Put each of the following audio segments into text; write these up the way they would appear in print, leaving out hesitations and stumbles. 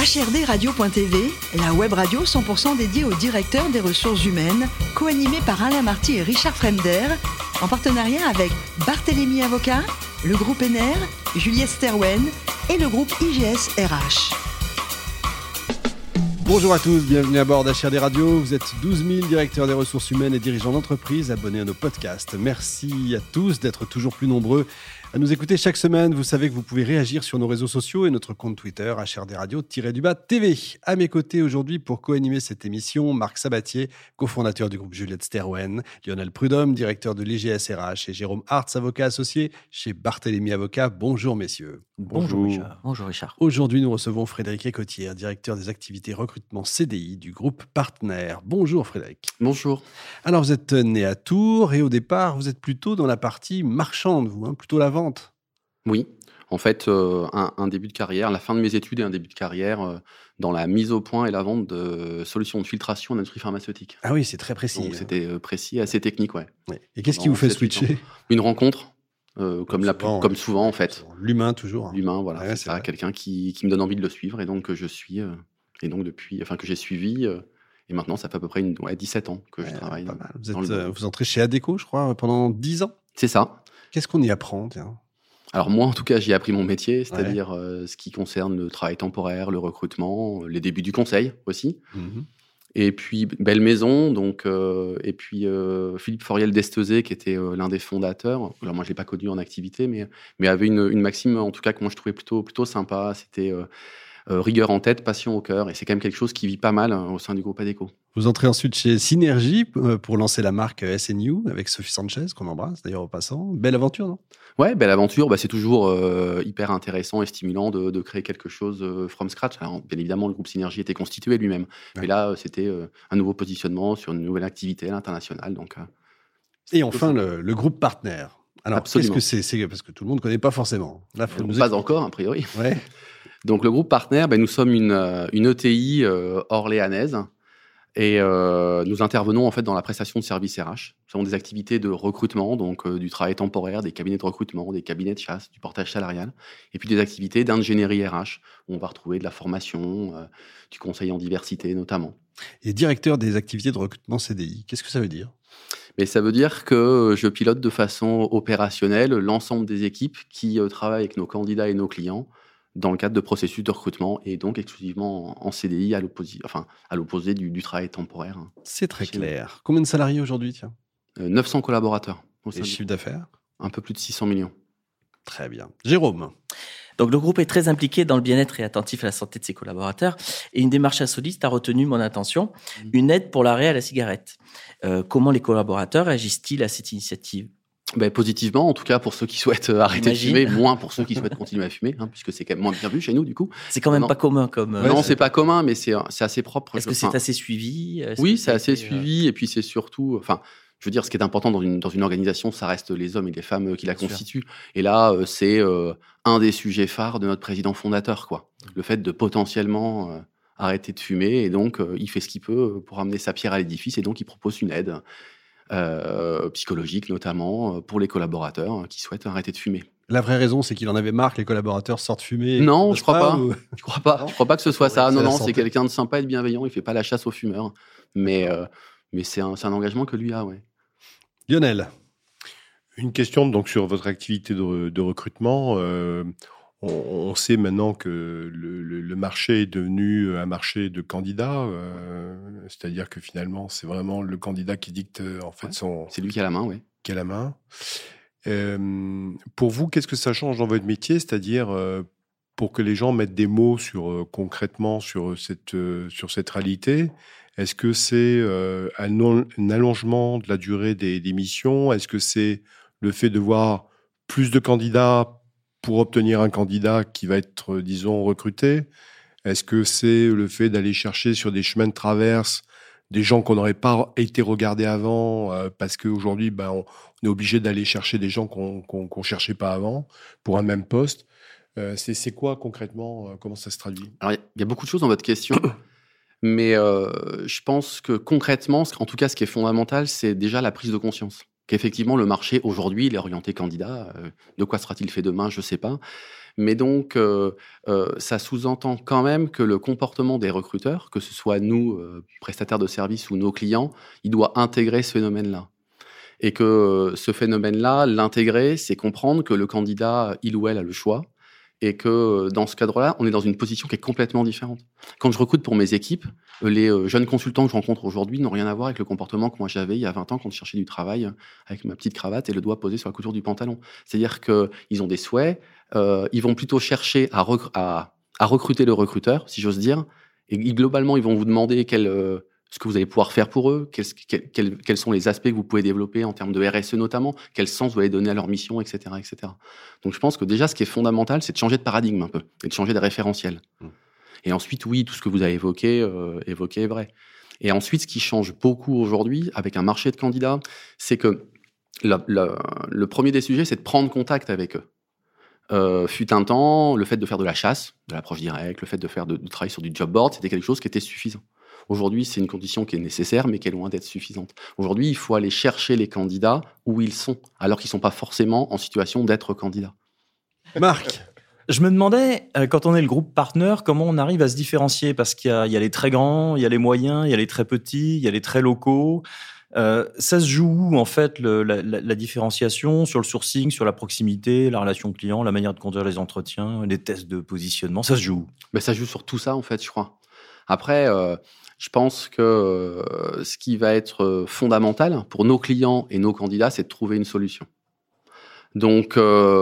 HRDRadio.tv, la web radio 100% dédiée aux directeurs des ressources humaines, co-animée par Alain Marty et Richard Fremder, en partenariat avec Barthélemy Avocat, le groupe ENER, Juliette Sterwen et le groupe IGS RH. Bonjour à tous, bienvenue à bord d'HRD Radio. Vous êtes 12 000 directeurs des ressources humaines et dirigeants d'entreprise abonnés à nos podcasts. Merci à tous d'être toujours plus nombreux à nous écouter chaque semaine. Vous savez que vous pouvez réagir sur nos réseaux sociaux et notre compte Twitter, HRD Radio-TV. À mes côtés aujourd'hui pour co-animer cette émission, Marc Sabatier, cofondateur du groupe Juliette Sterwen, Lionel Prudhomme, directeur de l'IGS RH et Jérôme Hartz, avocat associé chez Barthélemy Avocat. Bonjour messieurs. Bonjour Richard. Bonjour Richard. Aujourd'hui, nous recevons Frédéric Écotière, directeur des activités recrutement CDI du groupe Partner. Bonjour Frédéric. Bonjour. Alors vous êtes né à Tours et au départ, vous êtes plutôt dans la partie marchande, vous, plutôt la vente. Oui, en fait, un début de carrière, la fin de mes études et un début de carrière dans la mise au point et la vente de solutions de filtration en industrie pharmaceutique. Ah oui, c'est très précis. Donc c'était précis et assez technique, ouais. Et qu'est-ce qui vous fait switcher ? Une rencontre. Comme souvent en fait. L'humain toujours. L'humain, voilà. Ouais, c'est ça, quelqu'un qui me donne envie de le suivre et donc que j'ai suivi. Et maintenant, ça fait à peu près 17 ans que je travaille. Pas mal. Vous entrez chez Adecco, je crois, pendant 10 ans. C'est ça. Qu'est-ce qu'on y apprend, tiens ? Alors moi, en tout cas, j'y ai appris mon métier, c'est-à-dire ce qui concerne le travail temporaire, le recrutement, les débuts du conseil aussi. Mm-hmm. Et puis, belle maison, donc, et puis Philippe Foriel-Destezé, qui était l'un des fondateurs. Alors, moi, je ne l'ai pas connu en activité, mais avait une maxime, en tout cas, que moi, je trouvais plutôt sympa. C'était rigueur en tête, passion au cœur. Et c'est quand même quelque chose qui vit pas mal au sein du groupe Adecco. Vous entrez ensuite chez Synergie pour lancer la marque SNU avec Sophie Sanchez, qu'on embrasse d'ailleurs au passant. Belle aventure, non ? Ouais, belle aventure. C'est toujours hyper intéressant et stimulant de créer quelque chose from scratch. Alors, bien évidemment, le groupe Synergie était constitué lui-même. Ouais. Mais là, c'était un nouveau positionnement sur une nouvelle activité à l'international. Et enfin, le groupe Partner. Alors, absolument. Qu'est-ce que c'est ? Parce que tout le monde ne connaît pas forcément. Là, pas encore, a priori. Ouais. Donc, le groupe Partner, nous sommes une ETI orléanaise. Et nous intervenons en fait dans la prestation de services RH. Nous avons des activités de recrutement, donc du travail temporaire, des cabinets de recrutement, des cabinets de chasse, du portage salarial, et puis des activités d'ingénierie RH, où on va retrouver de la formation, du conseil en diversité notamment. Et directeur des activités de recrutement CDI, qu'est-ce que ça veut dire ? Mais ça veut dire que je pilote de façon opérationnelle l'ensemble des équipes qui travaillent avec nos candidats et nos clients dans le cadre de processus de recrutement et donc exclusivement en CDI à l'opposé du travail temporaire. C'est très clair. Combien de salariés aujourd'hui, tiens ? 900 collaborateurs. Et chiffre d'affaires ? Un peu plus de 600 millions. Très bien. Jérôme ? Donc le groupe est très impliqué dans le bien-être et attentif à la santé de ses collaborateurs. Et une démarche insolite a retenu mon attention, une aide pour l'arrêt à la cigarette. Comment les collaborateurs agissent-ils à cette initiative ? Positivement, en tout cas pour ceux qui souhaitent arrêter de fumer, moins pour ceux qui souhaitent continuer à fumer, puisque c'est quand même moins bien vu chez nous du coup. C'est quand même pas commun comme. Non, c'est pas commun, mais c'est assez propre. Est-ce que c'est assez suivi ? Oui, c'est assez suivi, et puis c'est surtout, je veux dire, ce qui est important dans une organisation, ça reste les hommes et les femmes qui la constituent. Et là, c'est un des sujets phares de notre président fondateur, quoi. Le fait de potentiellement arrêter de fumer, et donc il fait ce qu'il peut pour amener sa pierre à l'édifice, et donc il propose une aide. Psychologique notamment pour les collaborateurs qui souhaitent arrêter de fumer. La vraie raison, c'est qu'il en avait marre que les collaborateurs sortent fumer. Non, je crois pas. Je crois pas que ce soit ça. Non, c'est quelqu'un de sympa et de bienveillant. Il fait pas la chasse aux fumeurs, mais c'est un engagement que lui a, ouais. Lionel, une question donc sur votre activité de recrutement. On sait maintenant que le marché est devenu un marché de candidats, c'est-à-dire que finalement, c'est vraiment le candidat qui dicte en fait son... C'est lui qui a la main, oui. Qui a la main. Pour vous, qu'est-ce que ça change dans votre métier ? C'est-à-dire, pour que les gens mettent des mots concrètement sur cette réalité, est-ce que c'est un allongement de la durée des missions ? Est-ce que c'est le fait de voir plus de candidats pour obtenir un candidat qui va être, disons, recruté ? Est-ce que c'est le fait d'aller chercher sur des chemins de traverse des gens qu'on n'aurait pas été regardés avant parce qu'aujourd'hui, on est obligé d'aller chercher des gens qu'on cherchait pas avant pour un même poste ? C'est quoi concrètement ? Comment ça se traduit ? Alors, il y a beaucoup de choses dans votre question, mais je pense que concrètement, en tout cas, ce qui est fondamental, c'est déjà la prise de conscience. Qu'effectivement, le marché, aujourd'hui, il est orienté candidat. De quoi sera-t-il fait demain ? Je ne sais pas. Mais donc, ça sous-entend quand même que le comportement des recruteurs, que ce soit nous, prestataires de services ou nos clients, il doit intégrer ce phénomène-là. Et que ce phénomène-là, l'intégrer, c'est comprendre que le candidat, il ou elle a le choix, et que dans ce cadre-là, on est dans une position qui est complètement différente. Quand je recrute pour mes équipes, les jeunes consultants que je rencontre aujourd'hui n'ont rien à voir avec le comportement que moi j'avais il y a 20 ans quand je cherchais du travail avec ma petite cravate et le doigt posé sur la couture du pantalon. C'est-à-dire qu'ils ont des souhaits, ils vont plutôt chercher à recruter le recruteur, si j'ose dire, et globalement, ils vont vous demander ce que vous allez pouvoir faire pour eux, quels sont les aspects que vous pouvez développer en termes de RSE notamment, quel sens vous allez donner à leur mission, etc., etc. Donc je pense que déjà, ce qui est fondamental, c'est de changer de paradigme un peu, et de changer de référentiel. Et ensuite, oui, tout ce que vous avez évoqué est vrai. Et ensuite, ce qui change beaucoup aujourd'hui, avec un marché de candidats, c'est que le premier des sujets, c'est de prendre contact avec eux. Fut un temps, le fait de faire de la chasse, de l'approche directe, le fait de travailler sur du job board, c'était quelque chose qui était suffisant. Aujourd'hui, c'est une condition qui est nécessaire, mais qui est loin d'être suffisante. Aujourd'hui, il faut aller chercher les candidats où ils sont, alors qu'ils ne sont pas forcément en situation d'être candidats. Marc, je me demandais, quand on est le groupe partner, comment on arrive à se différencier ? Parce qu'il y a les très grands, il y a les moyens, il y a les très petits, il y a les très locaux. Ça se joue où, en fait, la différenciation sur le sourcing, sur la proximité, la relation client, la manière de conduire les entretiens, les tests de positionnement, ça se joue où ? Ça joue sur tout ça, en fait, je crois. Après, je pense que ce qui va être fondamental pour nos clients et nos candidats, c'est de trouver une solution. Donc,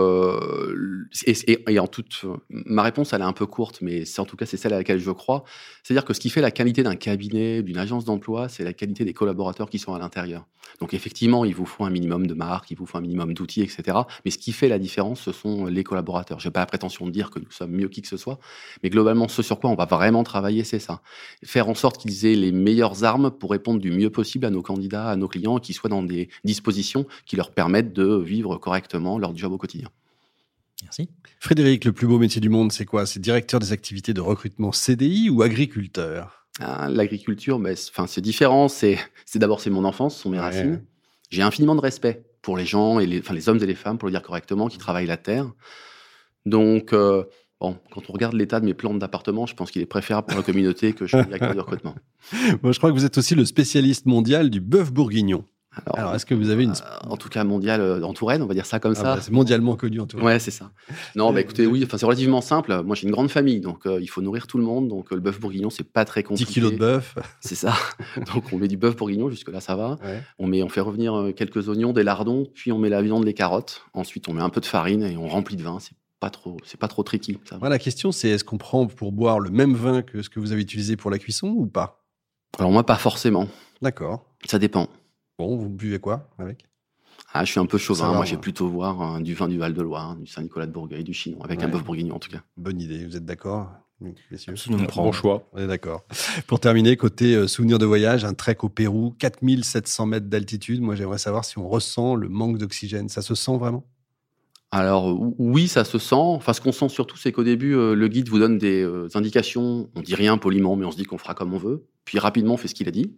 et en toute, ma réponse, elle est un peu courte, mais en tout cas, c'est celle à laquelle je crois. C'est-à-dire que ce qui fait la qualité d'un cabinet, d'une agence d'emploi, c'est la qualité des collaborateurs qui sont à l'intérieur. Donc, effectivement, il vous faut un minimum de marques, il vous faut un minimum d'outils, etc. Mais ce qui fait la différence, ce sont les collaborateurs. Je n'ai pas la prétention de dire que nous sommes mieux qui que ce soit, mais globalement, ce sur quoi on va vraiment travailler, c'est ça. Faire en sorte qu'ils aient les meilleures armes pour répondre du mieux possible à nos candidats, à nos clients, qu'ils soient dans des dispositions qui leur permettent de vivre correctement leur job au quotidien. Merci. Frédéric, le plus beau métier du monde, c'est quoi ? C'est directeur des activités de recrutement CDI ou agriculteur ? L'agriculture, c'est différent. C'est d'abord, c'est mon enfance, ce sont mes racines. J'ai infiniment de respect pour les gens, et les hommes et les femmes, pour le dire correctement, qui travaillent la terre. Donc, quand on regarde l'état de mes plantes d'appartement, je pense qu'il est préférable pour la communauté que je sois directeur de recrutement. Bon, je crois que vous êtes aussi le spécialiste mondial du bœuf bourguignon. Alors, est-ce que vous avez en tout cas, mondial en Touraine, on va dire ça comme ça. C'est mondialement connu en Touraine. Ouais, c'est ça. Non, écoutez, oui, c'est relativement simple. Moi, j'ai une grande famille, donc il faut nourrir tout le monde. Donc, le bœuf bourguignon, c'est pas très compliqué. 10 kilos de bœuf. C'est ça. Donc, on met du bœuf bourguignon, jusque-là, ça va. Ouais. On fait revenir quelques oignons, des lardons, puis on met la viande, les carottes. Ensuite, on met un peu de farine et on remplit de vin. C'est pas trop tricky. Ça. La question, c'est est-ce qu'on prend pour boire le même vin que ce que vous avez utilisé pour la cuisson ou pas ? Alors, moi, pas forcément. D'accord. Ça dépend. Bon, vous buvez quoi avec ? Je suis un peu chauvin. Moi, j'ai plutôt boire du vin du Val-de-Loire, du Saint-Nicolas de Bourgueil, du Chinon, avec un bœuf bourguignon en tout cas. Bonne idée, vous êtes d'accord, messieurs ? Bon choix. On est d'accord. Pour terminer, côté souvenir de voyage, un trek au Pérou, 4700 mètres d'altitude. Moi, j'aimerais savoir si on ressent le manque d'oxygène. Ça se sent vraiment ? Alors oui, ça se sent. Enfin, ce qu'on sent surtout, c'est qu'au début, le guide vous donne des indications. On dit rien poliment, mais on se dit qu'on fera comme on veut. Puis rapidement, on fait ce qu'il a dit.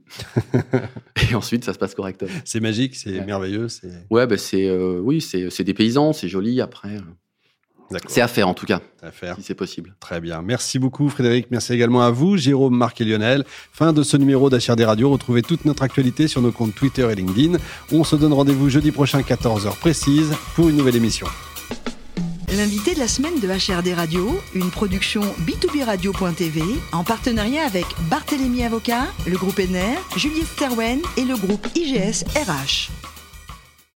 Et ensuite, ça se passe correctement. C'est magique, c'est merveilleux. Ouais, c'est des paysans, c'est joli. Après, c'est à faire en tout cas, si c'est possible. Très bien. Merci beaucoup, Frédéric. Merci également à vous, Jérôme, Marc et Lionel. Fin de ce numéro d'HRD Radio. Retrouvez toute notre actualité sur nos comptes Twitter et LinkedIn. On se donne rendez-vous jeudi prochain, 14h précise, pour une nouvelle émission. L'invité de la semaine de HRD Radio, une production B2B-radio.tv en partenariat avec Barthélémy Avocat, le groupe ENER, Juliette Sterwen et le groupe IGS RH.